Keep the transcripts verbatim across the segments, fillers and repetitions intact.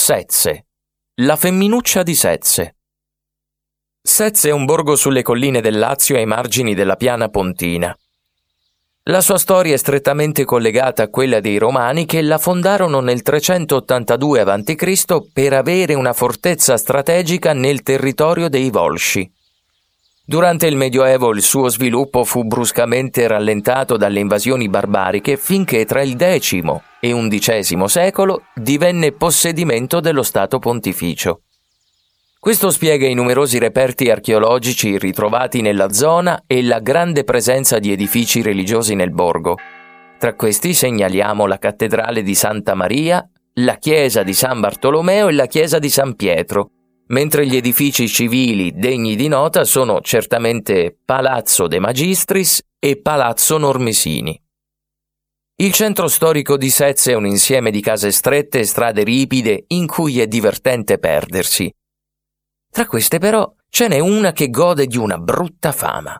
Sezze, la femminuccia di Sezze. Sezze è un borgo sulle colline del Lazio ai margini della piana pontina. La sua storia è strettamente collegata a quella dei Romani che la fondarono nel trecentottantadue avanti Cristo per avere una fortezza strategica nel territorio dei Volsci. Durante il Medioevo il suo sviluppo fu bruscamente rallentato dalle invasioni barbariche finché tra il X e undicesimo secolo divenne possedimento dello Stato Pontificio. Questo spiega i numerosi reperti archeologici ritrovati nella zona e la grande presenza di edifici religiosi nel borgo. Tra questi segnaliamo la cattedrale di Santa Maria, la chiesa di San Bartolomeo e la chiesa di San Pietro, mentre gli edifici civili degni di nota sono certamente Palazzo De Magistris e Palazzo Normesini. Il centro storico di Sezze è un insieme di case strette e strade ripide in cui è divertente perdersi. Tra queste però ce n'è una che gode di una brutta fama.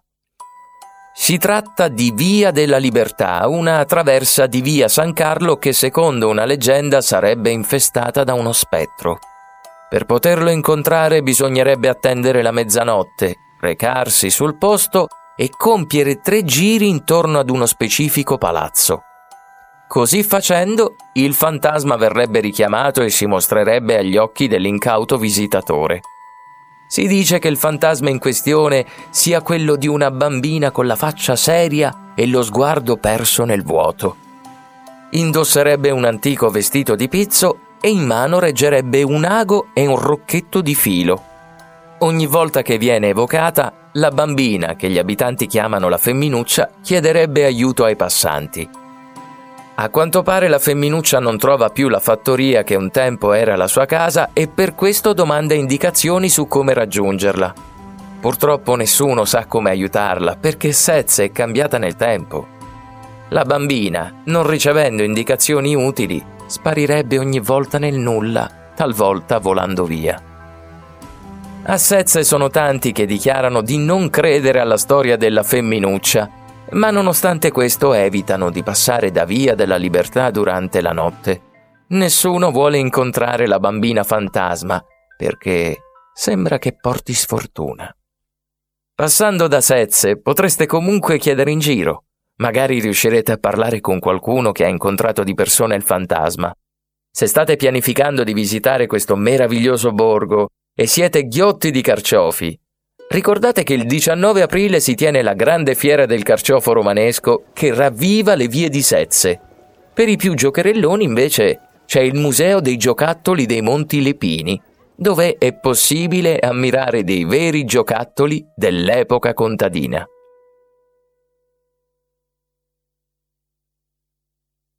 Si tratta di Via della Libertà, una traversa di Via San Carlo che secondo una leggenda sarebbe infestata da uno spettro. Per poterlo incontrare bisognerebbe attendere la mezzanotte, recarsi sul posto e compiere tre giri intorno ad uno specifico palazzo. Così facendo, il fantasma verrebbe richiamato e si mostrerebbe agli occhi dell'incauto visitatore. Si dice che il fantasma in questione sia quello di una bambina con la faccia seria e lo sguardo perso nel vuoto. Indosserebbe un antico vestito di pizzo e in mano reggerebbe un ago e un rocchetto di filo. Ogni volta che viene evocata, la bambina, che gli abitanti chiamano la femminuccia, chiederebbe aiuto ai passanti. A quanto pare la femminuccia non trova più la fattoria che un tempo era la sua casa e per questo domanda indicazioni su come raggiungerla. Purtroppo nessuno sa come aiutarla perché Sezze è cambiata nel tempo. La bambina, non ricevendo indicazioni utili, sparirebbe ogni volta nel nulla, talvolta volando via. A Sezze sono tanti che dichiarano di non credere alla storia della femminuccia, ma nonostante questo evitano di passare da Via della Libertà durante la notte. Nessuno vuole incontrare la bambina fantasma, perché sembra che porti sfortuna. Passando da Sezze potreste comunque chiedere in giro. Magari riuscirete a parlare con qualcuno che ha incontrato di persona il fantasma. Se state pianificando di visitare questo meraviglioso borgo e siete ghiotti di carciofi, ricordate che il diciannove aprile si tiene la grande fiera del carciofo romanesco che ravviva le vie di Sezze. Per i più giocherelloni invece c'è il Museo dei Giocattoli dei Monti Lepini, dove è possibile ammirare dei veri giocattoli dell'epoca contadina.